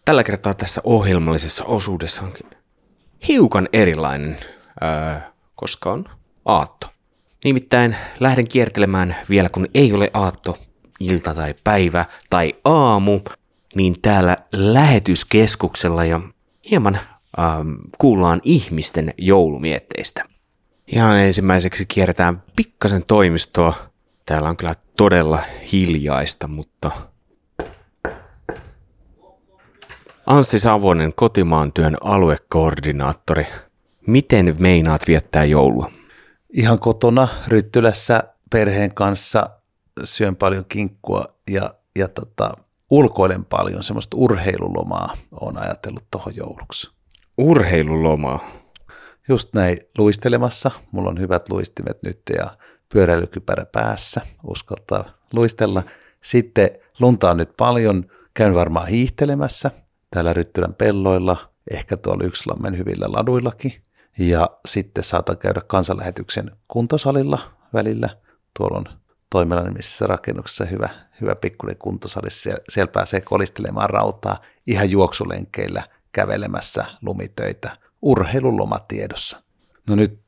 Tällä kertaa tässä ohjelmallisessa osuudessa onkin hiukan erilainen, koska on aatto. Nimittäin lähden kiertelemään vielä kun ei ole aatto, ilta tai päivä tai aamu, niin täällä lähetyskeskuksella ja hieman kuullaan ihmisten joulumietteistä. Ihan ensimmäiseksi kierretään pikkasen toimistoa. Täällä on kyllä todella hiljaista, mutta Anssi Savonen, Kotimaan työn aluekoordinaattori. Miten meinaat viettää joulua? Ihan kotona Ryttylässä perheen kanssa syön paljon kinkkua ja ulkoilen paljon. Semmoista urheilulomaa olen ajatellut tuohon jouluksi. Urheilulomaa? Just näin, luistelemassa. Mulla on hyvät luistimet nyt ja pyöräilykypärä päässä. Uskaltaa luistella. Sitten lunta on nyt paljon. Käyn varmaan hiihtelemässä täällä Ryttylän pelloilla. Ehkä tuolla Yksilammen hyvillä laduillakin. Ja sitten saatan käydä kansanlähetyksen kuntosalilla välillä. Tuolla on Toimelan nimisessä rakennuksessa hyvä pikkuinen kuntosali. Siellä pääsee kolistelemaan rautaa ihan juoksulenkeillä kävelemässä lumitöitä. Urheiluloma-tiedossa. No nyt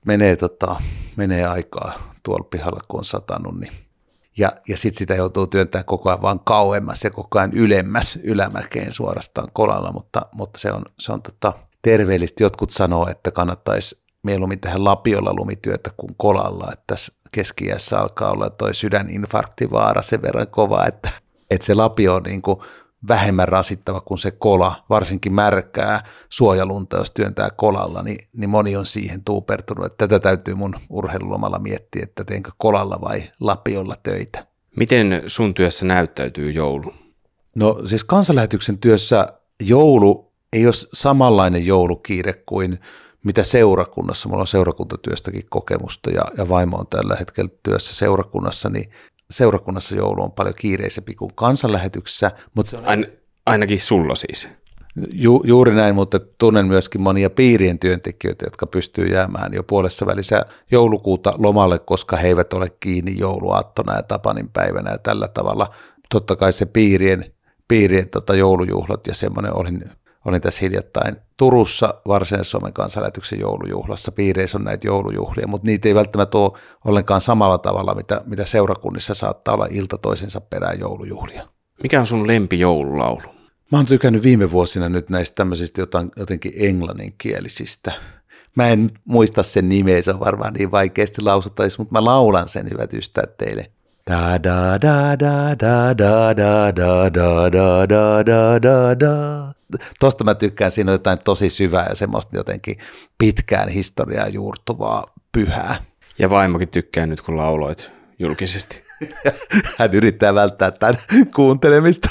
menee aikaa tuolla pihalla, kun on satanut. Niin. Ja sitten sitä joutuu työntämään koko ajan vaan kauemmas ja koko ajan ylemmäs ylämäkeen suorastaan kolalla, mutta se on terveellistä. Jotkut sanoo, että kannattaisi mieluummin tehdä lapiolla lumityötä kuin kolalla, että tässä keski-iässä alkaa olla toi sydäninfarktivaara sen verran kova, että se lapio on niin kuin vähemmän rasittava kuin se kola, varsinkin märkää suojalunta, jos työntää kolalla, niin moni on siihen tuupertunut, että tätä täytyy mun urheilulomalla miettiä, että teenkö kolalla vai lapiolla töitä. Miten sun työssä näyttäytyy joulu? No siis kansanlähetyksen työssä joulu ei ole samanlainen joulukiire kuin mitä seurakunnassa. Mulla on seurakuntatyöstäkin kokemusta ja vaimo on tällä hetkellä työssä seurakunnassa, niin seurakunnassa joulu on paljon kiireisempi kuin kansanlähetyksessä. Mutta se on ainakin sulla siis. Juuri näin, mutta tunnen myöskin monia piirien työntekijöitä, jotka pystyy jäämään jo puolessa välissä joulukuuta lomalle, koska he eivät ole kiinni jouluaattona ja Tapanin päivänä ja tällä tavalla. Totta kai se piirien joulujuhlat ja semmoinen, olin tässä hiljattain Turussa Varsinais-Suomen kansanlähetyksen joulujuhlassa. Piireissä on näitä joulujuhlia, mutta niitä ei välttämättä ole ollenkaan samalla tavalla, mitä seurakunnissa saattaa olla ilta toisensa perään joulujuhlia. Mikä on sun lempijoululaulu? Mä oon tykännyt viime vuosina nyt näistä tämmöisistä jotenkin englanninkielisistä. Mä en muista sen nimeä, se on varmaan niin vaikeasti lausuttaisi, mutta mä laulan sen, hyvät ystävät, teille. Da da da da da da da da da da da da da da. Tosta mä tykkään, siinä on jotain tosi syvää ja semmoista jotenkin pitkään historiaa juurtuvaa pyhää. Ja vaimokin tykkää nyt, kun lauloit julkisesti. Hän yrittää välttää tämän kuuntelemista.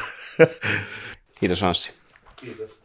Kiitos Anssi. Kiitos.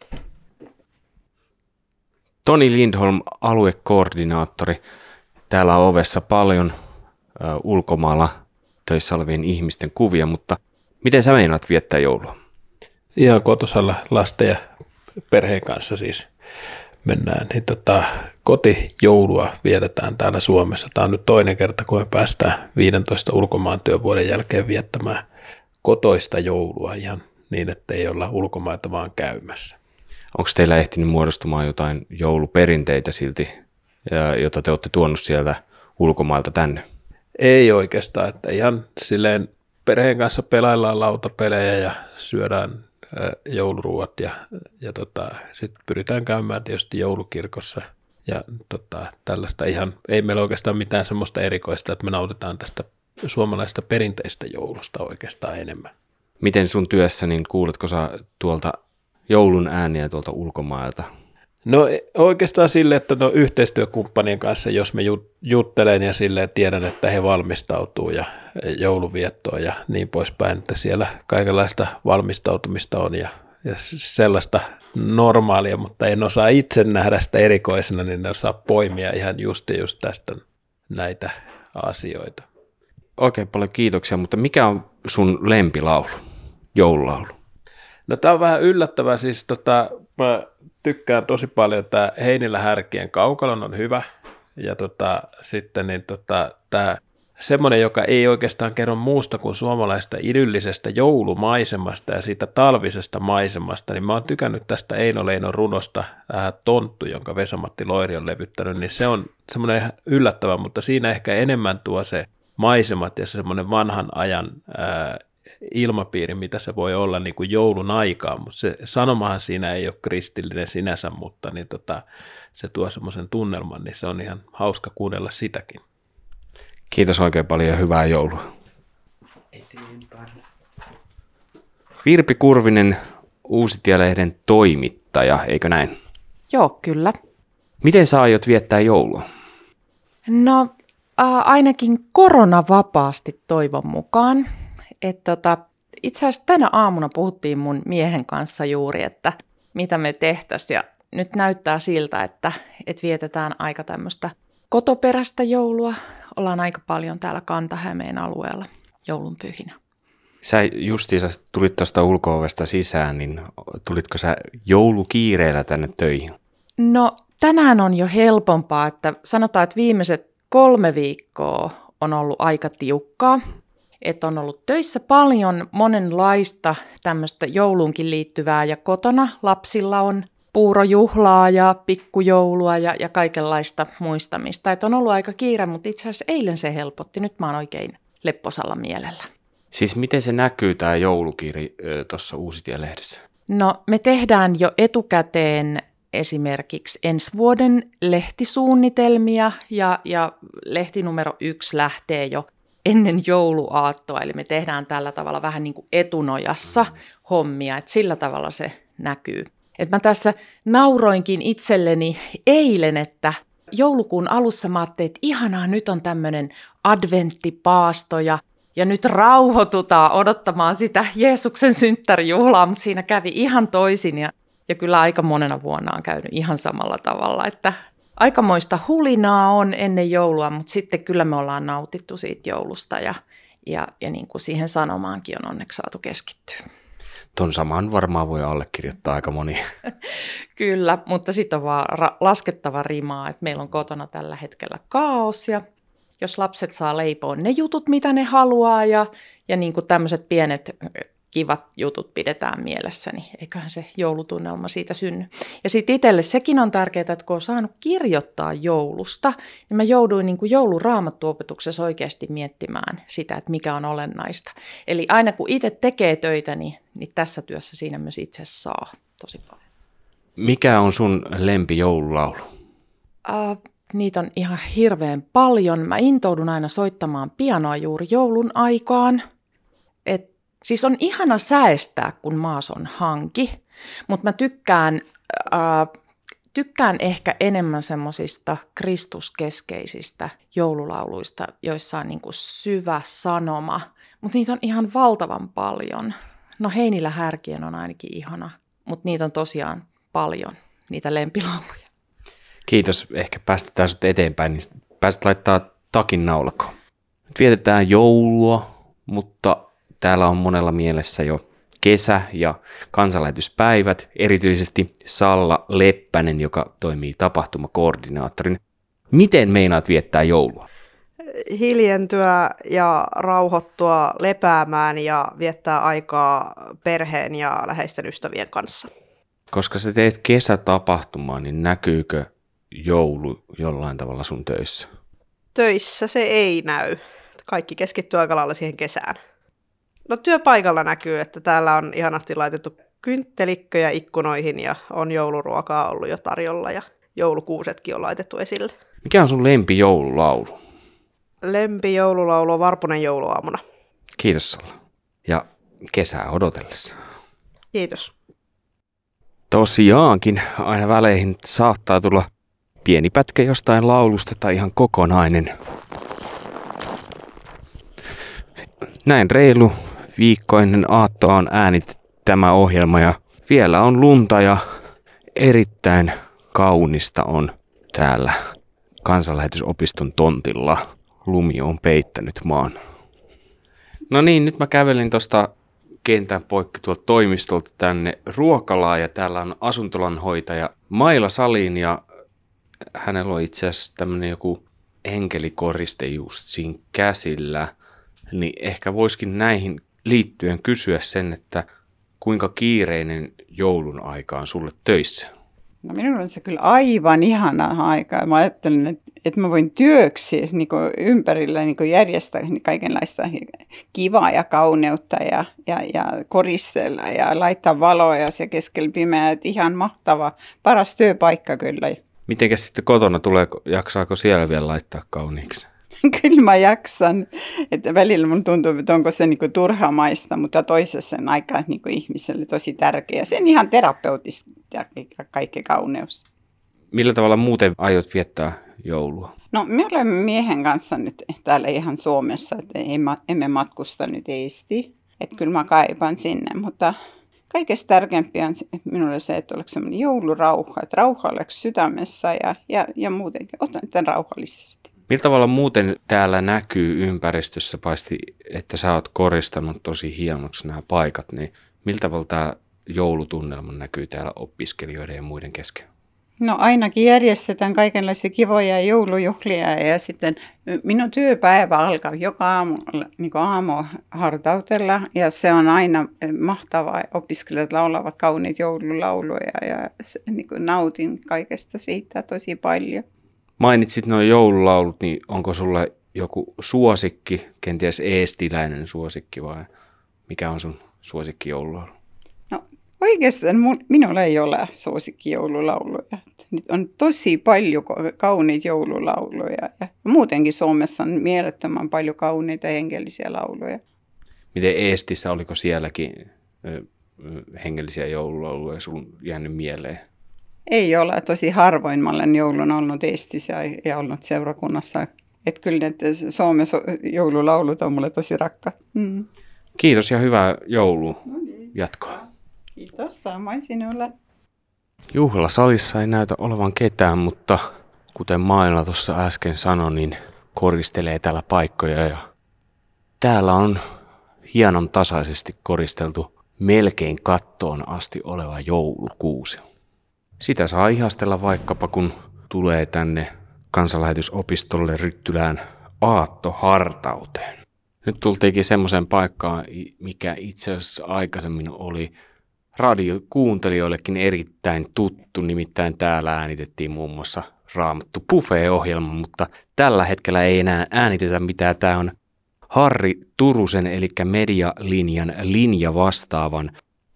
Toni Lindholm, aluekoordinaattori. Täällä on ovessa paljon ulkomailla töissä olevien ihmisten kuvia, mutta miten sä meinaat viettää joulua? Ihan kotosalla lasten ja perheen kanssa siis mennään. Niin kotijoulua vietetään täällä Suomessa. Tämä on nyt toinen kerta, kun me päästään 15 ulkomaan työvuoden jälkeen viettämään kotoista joulua ihan niin, että ei olla ulkomaita vaan käymässä. Onko teillä ehtinyt muodostumaan jotain jouluperinteitä silti, jota te olette tuonut sieltä ulkomailta tänne? Ei oikeastaan, että ihan silleen perheen kanssa pelaillaan lautapelejä ja syödään jouluruuat ja sitten pyritään käymään tietysti joulukirkossa ja tällaista ihan, ei meillä oikeastaan mitään semmoista erikoista, että me nautitaan tästä suomalaisesta perinteistä joulusta oikeastaan enemmän. Miten sun työssä, niin kuuletko sä tuolta joulun ääniä tuolta ulkomailta? No oikeastaan sille, että yhteistyökumppanien kanssa, jos me juttelen ja silleen tiedän, että he valmistautuu ja jouluviettoon ja niin poispäin, että siellä kaikenlaista valmistautumista on ja sellaista normaalia, mutta en osaa itse nähdä sitä erikoisena, niin en osaa poimia ihan just tästä näitä asioita. Oikein paljon kiitoksia, mutta mikä on sun lempilaulu, joululaulu? No tämä on vähän yllättävää, siis mä tykkään tosi paljon, että Heinillä härkien kaukalon on hyvä ja sitten niin tämä semmoinen, joka ei oikeastaan kerro muusta kuin suomalaisesta idyllisestä joulumaisemasta ja siitä talvisesta maisemasta, niin mä oon tykännyt tästä Eino Leinon runosta Tonttu, jonka Vesa-Matti Loiri on levyttänyt, niin se on semmoinen yllättävä, mutta siinä ehkä enemmän tuo se maisemat ja se semmoinen vanhan ajan ilmapiiri, mitä se voi olla niin kuin joulun aikaan, mutta se sanomahan siinä ei ole kristillinen sinänsä, mutta niin se tuo semmoisen tunnelman, niin se on ihan hauska kuunnella sitäkin. Kiitos oikein paljon ja hyvää joulua. Virpi Kurvinen, Uusitie-lehden toimittaja, eikö näin? Joo, kyllä. Miten sä aiot viettää joulua? No ainakin koronavapaasti toivon mukaan. Itse asiassa tänä aamuna puhuttiin mun miehen kanssa juuri, että mitä me tehtäisiin. Ja nyt näyttää siltä, että vietetään aika tämmöistä kotoperäistä joulua. Ollaan aika paljon täällä Kanta-Hämeen alueella joulunpyhinä. Sä justiinsa tulit tuosta ulko-ovesta sisään, niin tulitko sä joulukiireellä tänne töihin? No tänään on jo helpompaa, että sanotaan, että viimeiset 3 viikkoa on ollut aika tiukkaa. Että on ollut töissä paljon monenlaista tämmöistä jouluunkin liittyvää ja kotona lapsilla on puurojuhlaa ja pikkujoulua ja kaikenlaista muistamista. Että on ollut aika kiire, mutta itse asiassa eilen se helpotti. Nyt mä oon oikein lepposalla mielellä. Siis miten se näkyy tämä joulukirja tuossa Uusitie-lehdessä? No me tehdään jo etukäteen esimerkiksi ensi vuoden lehtisuunnitelmia ja lehti numero 1 lähtee jo ennen jouluaattoa. Eli me tehdään tällä tavalla vähän niin kuin etunojassa hommia, että sillä tavalla se näkyy. Et mä tässä nauroinkin itselleni eilen, että joulukuun alussa mä ajattelin, että ihanaa, nyt on tämmöinen adventtipaasto ja nyt rauhoitutaan odottamaan sitä Jeesuksen synttärijuhlaa, mutta siinä kävi ihan toisin ja kyllä aika monena vuonna on käynyt ihan samalla tavalla, että aikamoista hulinaa on ennen joulua, mutta sitten kyllä me ollaan nautittu siitä joulusta ja niin kuin siihen sanomaankin on onneksi saatu keskittyä. Ton saman varmaan voi allekirjoittaa aika moni. Kyllä, mutta sitten on vaan laskettava rimaa, että meillä on kotona tällä hetkellä kaaos ja jos lapset saa leipoa ne jutut, mitä ne haluaa ja niin kuin tämmöiset pienet kivat jutut pidetään mielessä, niin eiköhän se joulutunnelma siitä synny. Ja sitten itselle sekin on tärkeää, että kun on saanut kirjoittaa joulusta, niin mä jouduin niin kuin jouluraamattuopetuksessa oikeasti miettimään sitä, että mikä on olennaista. Eli aina kun itse tekee töitä, niin tässä työssä siinä myös itse saa tosi paljon. Mikä on sun lempijoululaulu? Niitä on ihan hirveän paljon. Mä intoudun aina soittamaan pianoa juuri joulun aikaan. Siis on ihana säestää, kun maas on hanki, mutta mä tykkään ehkä enemmän semmosista kristuskeskeisistä joululauluista, joissa on niinku syvä sanoma, mutta niitä on ihan valtavan paljon. No Heinilä Härkien on ainakin ihana, mutta niitä on tosiaan paljon, niitä lempilauluja. Kiitos. Ehkä päästetään sut eteenpäin, niin pääset laittaa takin naulakoon. Nyt vietetään joulua, mutta täällä on monella mielessä jo kesä- ja kansanlähetyspäivät, erityisesti Salla Leppänen, joka toimii tapahtumakoordinaattorina. Miten meinaat viettää joulua? Hiljentyä ja rauhoittua lepäämään ja viettää aikaa perheen ja läheisten ystävien kanssa. Koska sä teet kesätapahtumaa, niin näkyykö joulu jollain tavalla sun töissä? Töissä se ei näy. Kaikki keskittyy aika lailla siihen kesään. No työpaikalla näkyy, että täällä on ihanasti laitettu kynttelikköjä ikkunoihin ja on jouluruokaa ollut jo tarjolla ja joulukuusetkin on laitettu esille. Mikä on sun lempijoululaulu? Lempijoululaulu on Varpunen jouluaamuna. Kiitos Salla. Ja kesää odotellessa. Kiitos. Tosiaankin aina väleihin saattaa tulla pieni pätkä jostain laulusta tai ihan kokonainen. Näin reilu viikkoinen aattoa on äänitetty tämä ohjelma ja vielä on lunta ja erittäin kaunista on täällä kansanlähetysopiston tontilla. Lumi on peittänyt maan. No niin, nyt mä kävelin tuosta kentän poikki tuolta toimistolta tänne ruokalaan ja täällä on asuntolanhoitaja Maila Salin ja hänellä on itse asiassa tämmöinen joku enkelikoriste just siinä käsillä, niin ehkä voisikin näihin liittyen kysyä sen, että kuinka kiireinen joulun aika on sulle töissä? No minulla on se kyllä aivan ihana aika. Mä ajattelen, että mä voin työksi niin ympärillä niin järjestää kaikenlaista kivaa ja kauneutta ja koristella ja laittaa valoja se keskellä pimeää. Että ihan mahtava, paras työpaikka kyllä. Mitenkäs sitten kotona jaksaako siellä vielä laittaa kauniiksi? Kyllä mä jaksan, että välillä mun tuntuu, että onko se niinku turhamaista, mutta toisessa on aika niinku ihmiselle tosi tärkeä. Se on ihan terapeutista ja kaikki kauneus. Millä tavalla muuten aiot viettää joulua? No me olemme miehen kanssa nyt täällä ihan Suomessa, että emme matkusta nyt Eesti. Että kyllä mä kaipaan sinne, mutta kaikesta tärkeämpiä on minulle se, että oleks sellainen joulurauha, että rauha oleks sydämessä ja muutenkin otan tämän rauhallisesti. Millä tavalla muuten täällä näkyy ympäristössä, paitsi että sä oot koristanut tosi hienoksi nämä paikat, niin millä tavalla tämä joulutunnelma näkyy täällä opiskelijoiden ja muiden kesken? No ainakin järjestetään kaikenlaisia kivoja joulujuhlia ja sitten minun työpäivä alkaa joka aamu niin aamuhartautella ja se on aina mahtavaa. Opiskelijat laulavat kauniit joululauluja ja niin nautin kaikesta siitä tosi paljon. Mainitsit nuo joululaulut, niin onko sulla joku suosikki, kenties eestiläinen suosikki vai mikä on sun suosikki joululaulu? No oikeastaan minulla ei ole suosikki joululauluja. Nyt on tosi paljon kauniita joululauluja ja muutenkin Suomessa on mielettömän paljon kauniita hengellisiä lauluja. Miten Eestissä, oliko sielläkin hengellisiä joululauluja sun jäänyt mieleen? Ei ole. Tosi harvoin mä olen joulun ollut Eestissä ja ollut seurakunnassa. Että kyllä ne Suomen joululaulut on mulle tosi rakkaat. Mm. Kiitos ja hyvää joulua jatkoa. Kiitos, samoin sinulle. Juhlasalissa ei näytä olevan ketään, mutta kuten Maila tuossa äsken sanoi, niin koristelee täällä paikkoja. Ja täällä on hienon tasaisesti koristeltu melkein kattoon asti oleva joulukuusi. Sitä saa ihastella vaikkapa kun tulee tänne kansanlähetysopistolle Ryttylään aattohartauteen. Nyt tultiinkin semmoiseen paikkaan, mikä itse asiassa aikaisemmin oli radiokuuntelijoillekin erittäin tuttu, nimittäin täällä äänitettiin muun muassa Raamattu Buffet-ohjelma, mutta tällä hetkellä ei enää äänitetä mitään. Tämä on Harri Turusen eli Medialinjan linjavastaavan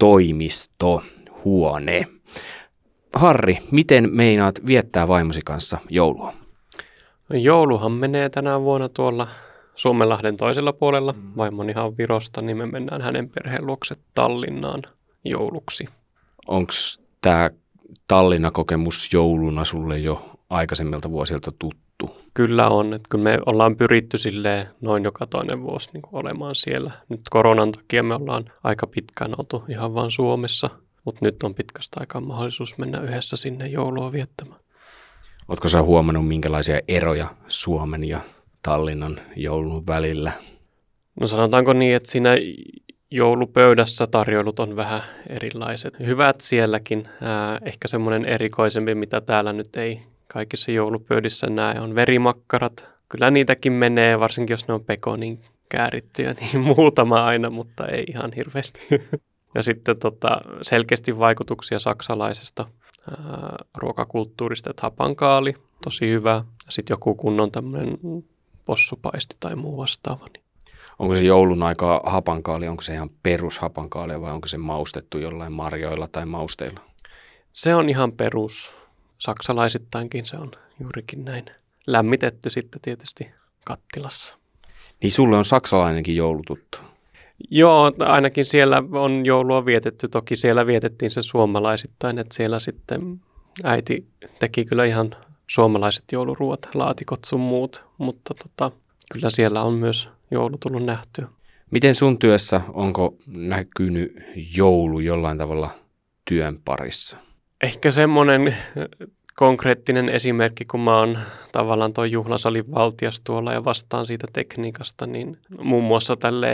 toimistohuone. Harri, miten meinaat viettää vaimosi kanssa joulua? Jouluhan menee tänä vuonna tuolla Suomenlahden toisella puolella. Vaimoni ihan Virosta, niin me mennään hänen perheen luokse Tallinnaan jouluksi. Onko tämä Tallinna-kokemus jouluna sulle jo aikaisemmilta vuosilta tuttu? Kyllä on. Että kyllä me ollaan pyritty silleen noin joka toinen vuosi niin kuin olemaan siellä. Nyt koronan takia me ollaan aika pitkään oltu ihan vaan Suomessa, mutta nyt on pitkästä aikaa mahdollisuus mennä yhdessä sinne joulua viettämään. Oletko sä huomannut minkälaisia eroja Suomen ja Tallinnan joulun välillä? No sanotaanko niin, että siinä joulupöydässä tarjoilut on vähän erilaiset. Hyvät sielläkin. Ehkä semmoinen erikoisempi, mitä täällä nyt ei kaikissa joulupöydissä näe, on verimakkarat. Kyllä niitäkin menee, varsinkin jos ne on pekonin käärittyjä, niin muutama aina, mutta ei ihan hirveästi. Ja sitten selkeästi vaikutuksia saksalaisesta ruokakulttuurista, että hapankaali, tosi hyvä. Ja sitten joku kunnon tämmöinen possupaisti tai muu vastaava. Onko se joulun aika hapankaali, onko se ihan perushapankaali vai onko se maustettu jollain marjoilla tai mausteilla? Se on ihan perus. Saksalaisittainkin se on juurikin näin. Lämmitetty sitten tietysti kattilassa. Niin sulle on saksalainenkin joulu tuttu? Joo, ainakin siellä on joulua vietetty. Toki siellä vietettiin se suomalaisittain, että siellä sitten äiti teki kyllä ihan suomalaiset jouluruot, laatikot sun muut, mutta kyllä siellä on myös joulu tullut nähtyä. Miten sun työssä, onko näkynyt joulu jollain tavalla työn parissa? Ehkä semmoinen konkreettinen esimerkki, kun mä oon tavallaan tuo juhlasalin valtias tuolla ja vastaan siitä tekniikasta, niin muun muassa tälleen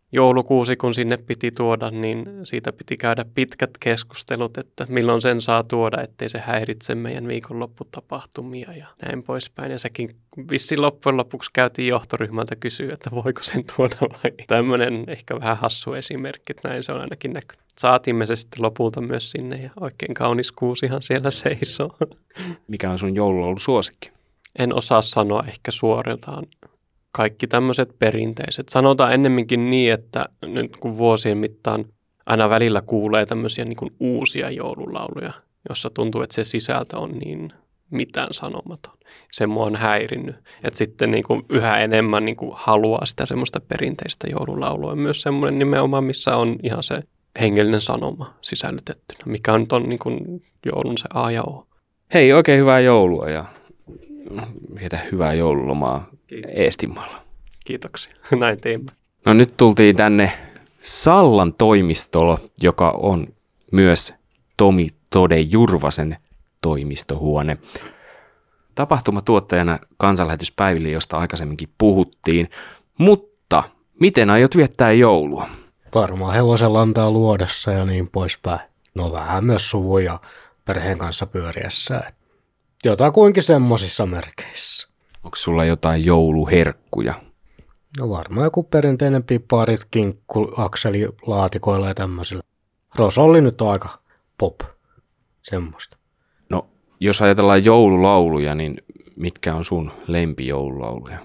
joulukuusi, kun sinne piti tuoda, niin siitä piti käydä pitkät keskustelut, että milloin sen saa tuoda, ettei se häiritse meidän viikonlopputapahtumia ja näin poispäin. Ja sekin vissiin loppujen lopuksi käytiin johtoryhmältä kysyä, että voiko sen tuoda vai. Tämmöinen ehkä vähän hassu esimerkki, että näin se on ainakin näkynyt. Saatimme se sitten lopulta myös sinne ja oikein kaunis kuusihan siellä seisoo. Mikä on sun joululaulu suosikki? En osaa sanoa ehkä suoriltaan. Kaikki tämmöiset perinteiset. Sanotaan ennemminkin niin, että nyt kun vuosien mittaan aina välillä kuulee tämmöisiä niin kuin uusia joululauluja, jossa tuntuu, että se sisältö on niin mitään sanomaton. Se mua on häirinnyt. Että sitten niin kuin yhä enemmän niin kuin haluaa sitä semmoista perinteistä joululaulua. Myös semmoinen nimenomaan, missä on ihan se hengellinen sanoma sisällytettynä, mikä nyt on niin kuin joulun se A ja O. Hei, oikein hyvää joulua ja vietä hyvää joululomaa Eestinmaalla. Kiitoksia. Näin teemme. No nyt tultiin tänne Sallan toimistolla, joka on myös Tomi Tode Jurvasen toimistohuone. Tapahtumatuottajana kansanlähetyspäiville, josta aikaisemminkin puhuttiin. Mutta miten aiot viettää joulua? Varmaan hevosen lantaa luodessa ja niin poispäin. No vähän myös suvun ja perheen kanssa pyöriessä. Jotakuinkin semmoisissa merkeissä. Onko sulla jotain jouluherkkuja? No varmaan joku perinteinen piparit, kinkku, akseli, laatikoilla ja tämmöisillä. Rosolli nyt on aika pop. Semmoista. No, jos ajatellaan joululauluja, niin mitkä on sun lempijoululauluja?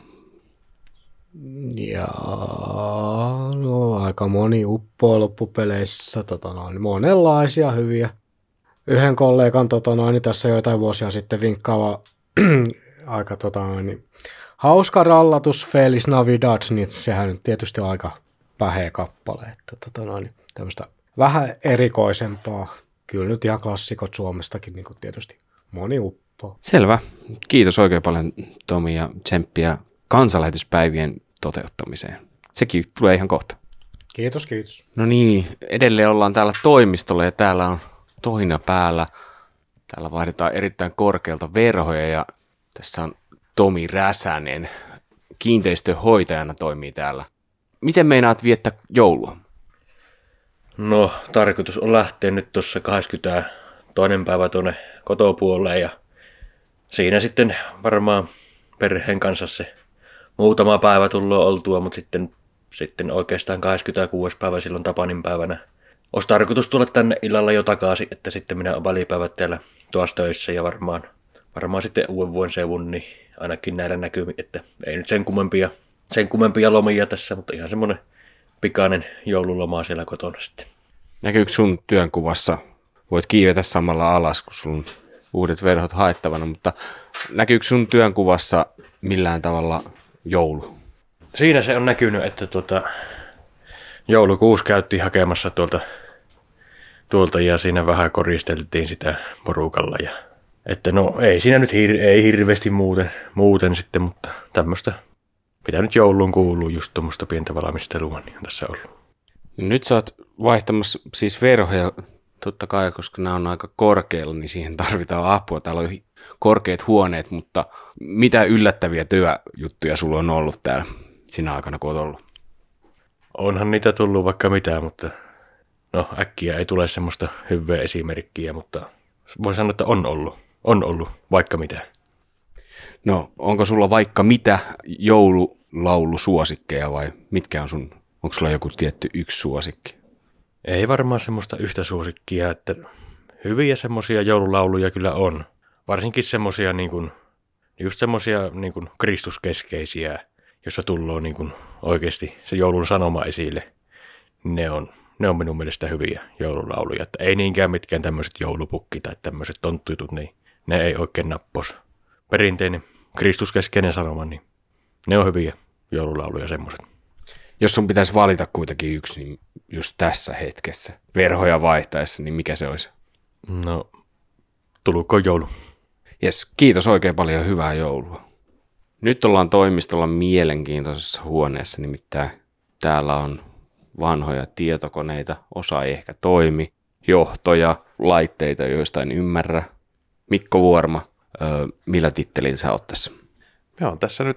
Ja no, aika moni uppoo loppupeleissä. Monenlaisia hyviä. Yhden kollegan tässä joitain vuosia sitten vinkkaava aika hauska rallatus Feliz Navidad, niin sehän nyt tietysti on aika päheä kappale. Että tämmöistä vähän erikoisempaa. Kyllä nyt ihan klassikot Suomestakin niin kuin tietysti moni uppoo. Selvä. Kiitos oikein paljon Tomi ja tsemppiä kansanlähetyspäivien toteuttamiseen. Sekin tulee ihan kohta. Kiitos, kiitos. No niin, edelleen ollaan täällä toimistolla ja täällä on tohina päällä. Täällä vaihdetaan erittäin korkealta verhoja ja tässä on Tomi Räsänen, kiinteistöhoitajana toimii täällä. Miten meinaat viettää joulua? No, tarkoitus on lähteä nyt tuossa 22. päivä tuonne kotopuolelle ja siinä sitten varmaan perheen kanssa se muutama päivä tullut oltua, mutta sitten oikeastaan 26. päivä silloin Tapanin päivänä olisi tarkoitus tulla tänne illalla jo takaisin, että sitten minä olen välipäivät täällä tuossa töissä ja varmaan sitten uuden vuoden seuvun, niin ainakin näillä näkyy, että ei nyt sen kummempia lomia tässä, mutta ihan semmoinen pikainen joululoma siellä kotona sitten. Näkyykö sun työnkuvassa, voit kiivetä samalla alas, kun sun uudet verhot haettavana, mutta näkyykö sun työnkuvassa millään tavalla joulu? Siinä se on näkynyt, että joulukuusi käytiin hakemassa tuolta ja siinä vähän koristeltiin sitä porukalla. Että no ei siinä nyt ei hirveästi muuten sitten, mutta tämmöistä, mitä nyt jouluun kuuluu, just tuommoista pientä valmistelua, niin on tässä ollut. Nyt sä oot vaihtamassa siis verhoja, totta kai, koska nämä on aika korkealla, niin siihen tarvitaan apua. Täällä on korkeat huoneet, mutta mitä yllättäviä työjuttuja sulla on ollut täällä siinä aikana, kun oot ollut? Onhan niitä tullut vaikka mitään, mutta no äkkiä ei tule semmoista hyvää esimerkkiä, mutta voin sanoa, että on ollut vaikka mitä. No, onko sulla vaikka mitä joululaulusuosikkeja vai mitkä on onko sulla joku tietty yksi suosikki? Ei varmaan semmoista yhtä suosikkia, että hyviä semmoisia joululauluja kyllä on. Varsinkin semmoisia just semmoisia kristuskeskeisiä, jossa tulee oikeasti se joulun sanoma esille. Ne on minun mielestä hyviä joululauluja. Että ei niinkään mitkään tämmöiset joulupukki tai tämmöiset tonttujutut, niin ne ei oikein nappos. Perinteinen kristuskeskeinen sanoma, niin ne on hyviä joululauluja semmoiset. Jos sun pitäisi valita kuitenkin yksi, niin just tässä hetkessä, verhoja vaihtaessa, niin mikä se olisi? No, tulkoon joulu. Jes, kiitos oikein paljon, hyvää joulua. Nyt ollaan toimistolla mielenkiintoisessa huoneessa, nimittäin täällä on vanhoja tietokoneita, osa ei ehkä toimi, johtoja, laitteita, joista en ymmärrä. Mikko Vuorma, millä tittelin sä oot tässä? Me on tässä nyt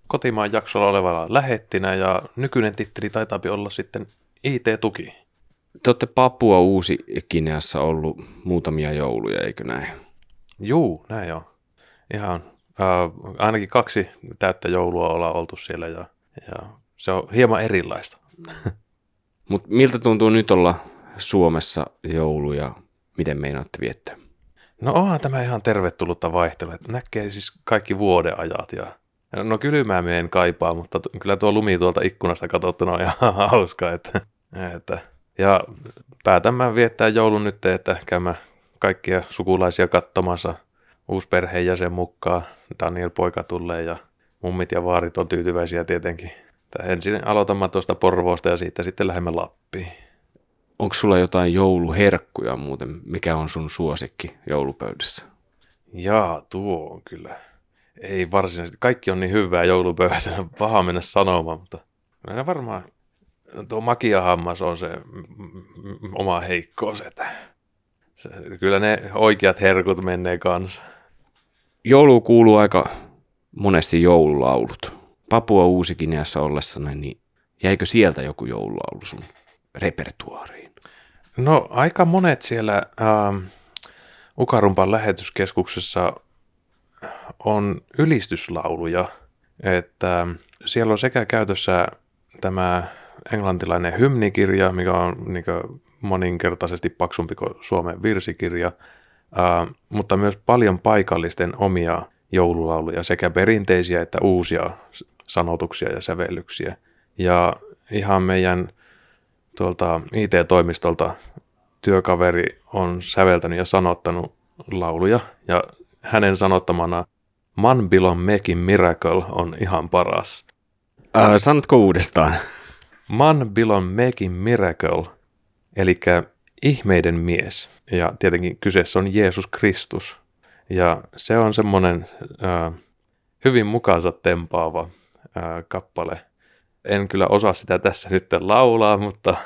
kotimaan jaksolla olevalla lähettinä ja nykyinen titteli taitaa olla sitten IT-tuki. Te olette Papua Uusi-Gineassa ollut muutamia jouluja, eikö näin? Juu, näin on. Ihan ainakin 2 täyttä joulua ollaan oltu siellä ja se on hieman erilaista. Mutta miltä tuntuu nyt olla Suomessa joulu ja miten meinaatte viettää? No onhan tämä ihan tervetullutta vaihtelua. Näkee siis kaikki vuodenajat. No kylmää me en kaipaa, mutta kyllä tuo lumi tuolta ikkunasta katsottuna on ihan hauska. Ja päätämme viettää joulun nyt, että käymme kaikkia sukulaisia katsomassa. Uusi perheenjäsen mukaan. Daniel poika tulee ja mummit ja vaarit on tyytyväisiä tietenkin. Ensin aloitamme tuosta Porvoosta ja siitä sitten lähdemme Lappiin. Onko sulla jotain jouluherkkuja muuten? Mikä on sun suosikki joulupöydässä? Jaa, tuo on kyllä. Ei varsinaisesti. Kaikki on niin hyvää joulupöydässä. Paha mennä sanomaan, mutta varmaan tuo makiahammas on se oma heikkous. Kyllä ne oikeat herkut menee kanssa. Jouluun kuuluu aika monesti joululaulut. Papua Uusi-Gineassa ollessani, niin jäikö sieltä joku joululaulu sun repertuaariin? No aika monet siellä Ukarumpan lähetyskeskuksessa on ylistyslauluja, että siellä on sekä käytössä tämä englantilainen hymnikirja, mikä on niin moninkertaisesti paksumpi kuin Suomen virsikirja, mutta myös paljon paikallisten omia joululauluja, sekä perinteisiä että uusia sanotuksia ja sävellyksiä. Ja ihan meidän tuolta IT-toimistolta työkaveri on säveltänyt ja sanottanut lauluja, ja hänen sanottamana Man Bilon Making Miracle on ihan paras. Sanotko uudestaan? Man Bilon Making Miracle, eli ihmeiden mies. Ja tietenkin kyseessä on Jeesus Kristus. Ja se on semmoinen hyvin mukaansa tempaava kappale. En kyllä osaa sitä tässä nyt laulaa, mutta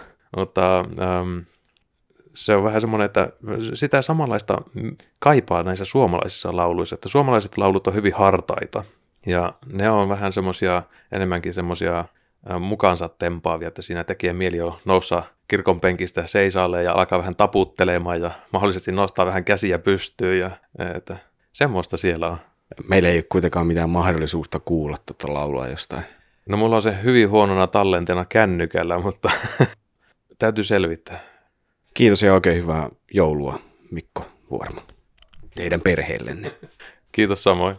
se on vähän semmoinen, että sitä samanlaista kaipaa näissä suomalaisissa lauluissa, että suomalaiset laulut on hyvin hartaita. Ja ne on vähän semmoisia, enemmänkin semmoisia mukaansa tempaavia, että siinä tekee mieli jo noussa kirkon penkistä seisaalle ja alkaa vähän taputtelemaan ja mahdollisesti nostaa vähän käsiä pystyyn. Ja, että semmoista siellä on. Meillä ei ole kuitenkaan mitään mahdollisuutta kuulla tuota laulua jostain. No mulla on se hyvin huonona tallenteena kännykällä, mutta täytyy selvittää. Kiitos ja oikein hyvää joulua, Mikko Vuormo, teidän perheellenne. Kiitos samoin.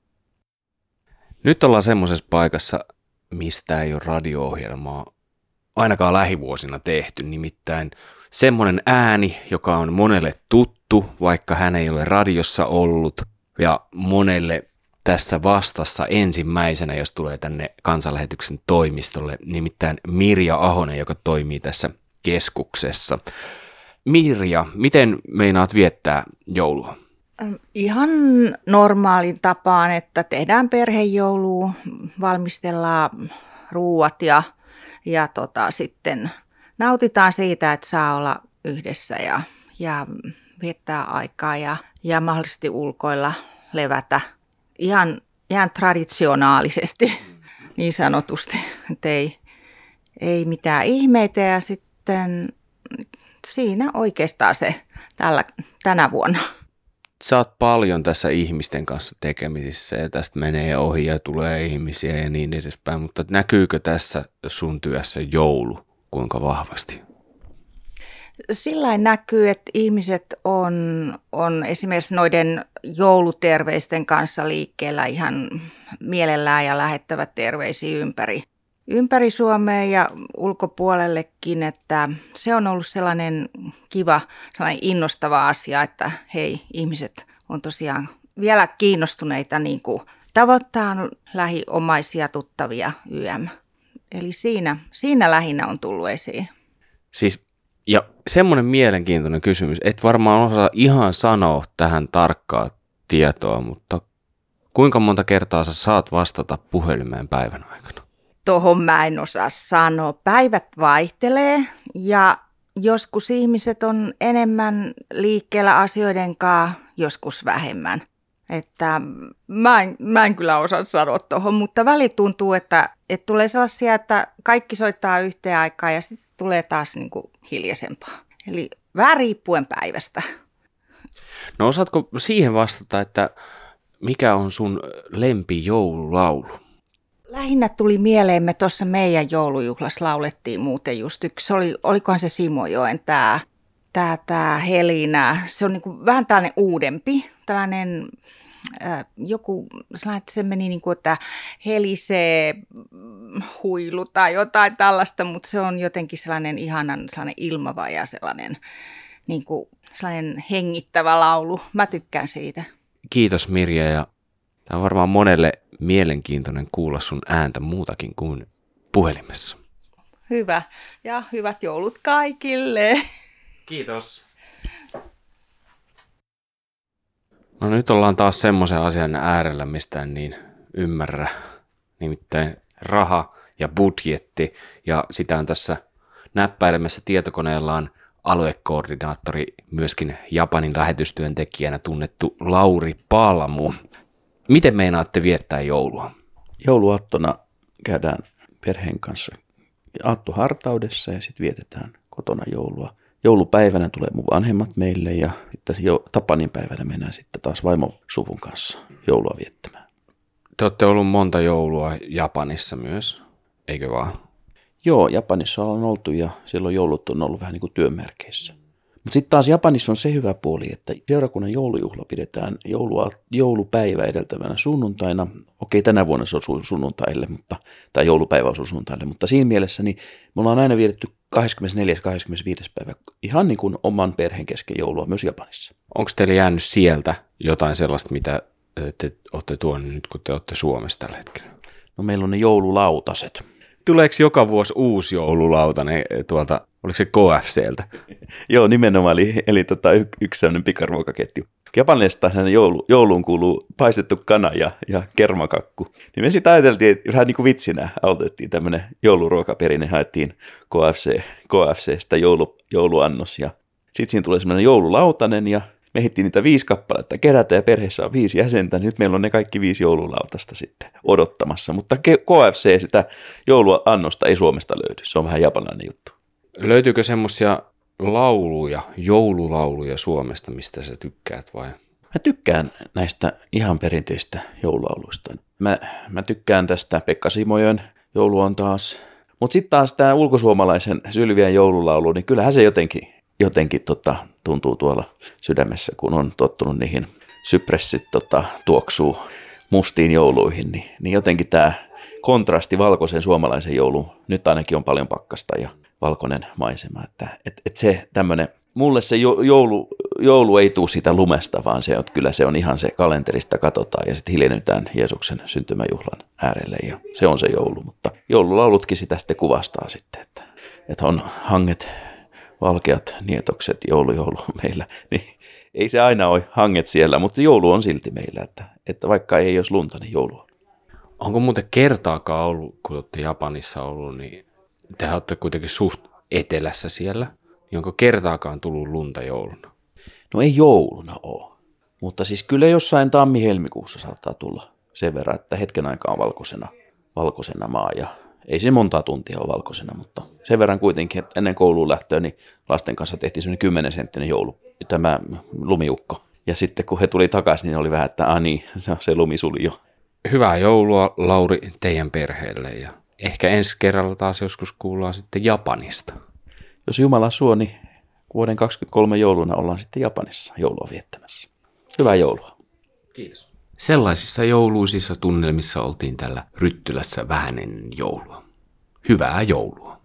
Nyt ollaan semmoisessa paikassa, mistä ei ole radio-ohjelmaa ainakaan lähivuosina tehty, nimittäin semmoinen ääni, joka on monelle tuttu, vaikka hän ei ole radiossa ollut, ja monelle tässä vastassa ensimmäisenä, jos tulee tänne Kansanlähetyksen toimistolle, nimittäin Mirja Ahonen, joka toimii tässä keskuksessa. Mirja, miten meinaat viettää joulua? Ihan normaalin tapaan, että tehdään perhejoulua, valmistellaan ruuat ja sitten nautitaan siitä, että saa olla yhdessä ja viettää aikaa ja mahdollisesti ulkoilla levätä ihan traditionaalisesti niin sanotusti, että ei mitään ihmeitä ja sitten siinä oikeastaan se tänä vuonna. Sä oot paljon tässä ihmisten kanssa tekemisissä ja tästä menee ohi ja tulee ihmisiä ja niin edespäin, mutta näkyykö tässä sun työssä joulu kuinka vahvasti? Sillain näkyy, että ihmiset on esimerkiksi noiden jouluterveisten kanssa liikkeellä ihan mielellään ja lähettävät terveisiä ympäri Suomea ja ulkopuolellekin, että se on ollut sellainen kiva, sellainen innostava asia, että hei, ihmiset on tosiaan vielä kiinnostuneita niin kuin tavoittaa lähiomaisia tuttavia YM. Eli siinä lähinnä on tullut esiin. Siis, ja semmoinen mielenkiintoinen kysymys, et varmaan osaa ihan sanoa tähän tarkkaa tietoa, mutta kuinka monta kertaa sä saat vastata puhelimeen päivän aikana? Tuohon mä en osaa sanoa. Päivät vaihtelee ja joskus ihmiset on enemmän liikkeellä asioiden kanssa, joskus vähemmän. Että mä en kyllä osaa sanoa tuohon, mutta väli tuntuu, että tulee sellaisia, että kaikki soittaa yhteen aikaan ja sitten tulee taas niin kuin hiljaisempaa. Eli vähän riippuen päivästä. No osaatko siihen vastata, että mikä on sun lempijoululaulu? Lähinnä tuli mieleemme tuossa meidän joulujuhlassa laulettiin muuten just yksi, olikohan se Simojoen tämä Helinä. Se on niin kuin vähän tällainen uudempi, tällainen joku sellainen, että se meni niin kuin, että helisee huilu tai jotain tällaista, mutta se on jotenkin sellainen ihanan sellainen ilmava ja sellainen, niin kuin, sellainen hengittävä laulu. Mä tykkään siitä. Kiitos Mirja, ja tämä on varmaan monelle mielenkiintoinen kuulla sun ääntä muutakin kuin puhelimessa. Hyvä ja hyvät joulut kaikille. Kiitos. No nyt ollaan taas semmoisen asian äärellä, mistä en niin ymmärrä, nimittäin raha ja budjetti, ja sitä on tässä näppäilemässä tietokoneellaan aluekoordinaattori, myöskin Japanin lähetystyöntekijänä tunnettu Lauri Palmu. Miten meinaatte viettää joulua? Jouluaattona käydään perheen kanssa aattohartaudessa ja sitten vietetään kotona joulua. Joulupäivänä tulee mun vanhemmat meille ja sitten Tapanin päivänä mennään sitten taas vaimosuvun kanssa joulua viettämään. Te olette ollut monta joulua Japanissa myös, eikö vaan? Joo, Japanissa on oltu ja silloin joulut on ollut vähän niin kuin työmerkeissä. Mutta sitten taas Japanissa on se hyvä puoli, että seurakunnan joulujuhla pidetään joulupäivä edeltävänä sunnuntaina. Okei, tänä vuonna se osuu sunnuntaille, tai joulupäivä osuu sunnuntaille, mutta siinä mielessä niin me ollaan aina vietetty 24. 25. päivä ihan niin kuin oman perheen kesken joulua myös Japanissa. Onko teille jäänyt sieltä jotain sellaista, mitä te olette tuoneet nyt, kun te olette Suomessa tällä hetkellä? No meillä on ne joululautaset. Tuleeko joka vuosi uusi joululautanen tuolta, oliko se KFCltä? Joo, nimenomaan, eli yksi sellainen pikaruokaketju. Japanilaisesta jouluun kuuluu paistettu kana ja kermakakku. Niin me sitten ajateltiin, että vähän niin kuin vitsinä aloitettiin tämmöinen jouluruokaperinne, haettiin KFCstä jouluannos. Ja sitten siinä tuli semmoinen joululautanen ja me ehdittiin niitä 5 kappaletta kerätä ja perheessä on 5 jäsentä. Nyt meillä on ne kaikki 5 joululautasta sitten odottamassa. Mutta KFC sitä jouluannosta ei Suomesta löydy. Se on vähän japanilainen juttu. Löytyykö semmoisia joululauluja Suomesta, mistä sä tykkäät vai? Mä tykkään näistä ihan perinteistä joululauluista. Mä tykkään tästä Pekka Simojoen joulu on taas. Mutta sitten taas tämä ulkosuomalaisen Sylvien joululaulu, niin kyllähän se jotenkin tuntuu tuolla sydämessä, kun on tottunut niihin sypressit tuoksuu mustiin jouluihin. Niin jotenkin tämä kontrasti valkoisen suomalaisen jouluun, nyt ainakin on paljon pakkasta ja valkoinen maisema. Että se tämmöinen, mulle se joulu ei tule siitä lumesta, vaan kyllä se on ihan se kalenterista katsotaan ja sitten hiljennytään Jeesuksen syntymäjuhlan äärelle ja se on se joulu. Mutta joululaulutkin sitä sitten kuvastaa sitten, että on hanget, valkeat nietokset, joulu meillä. Niin ei se aina ole hanget siellä, mutta joulu on silti meillä, että vaikka ei olisi lunta, niin joulu on. Onko muuten kertaakaan ollut, kun olette Japanissa ollut, niin tehän olette kuitenkin suht etelässä siellä, niin onko kertaakaan tullut lunta jouluna? No ei jouluna ole, mutta siis kyllä jossain tammi-helmikuussa saattaa tulla sen verran, että hetken aikaa on valkoisena maa ja ei se montaa tuntia ole valkoisena, mutta sen verran kuitenkin, että ennen kouluun lähtöä niin lasten kanssa tehtiin semmoinen 10 senttinen tämä lumiukko. Ja sitten kun he tuli takaisin, niin oli vähän, että se lumi suli jo. Hyvää joulua, Lauri, teidän perheelle ja ehkä ensi kerralla taas joskus kuullaan sitten Japanista. Jos Jumala suo, niin vuoden 2023 jouluna ollaan sitten Japanissa joulua viettämässä. Hyvää joulua. Kiitos. Sellaisissa jouluisissa tunnelmissa oltiin täällä Ryttylässä vähän ennen joulua. Hyvää joulua.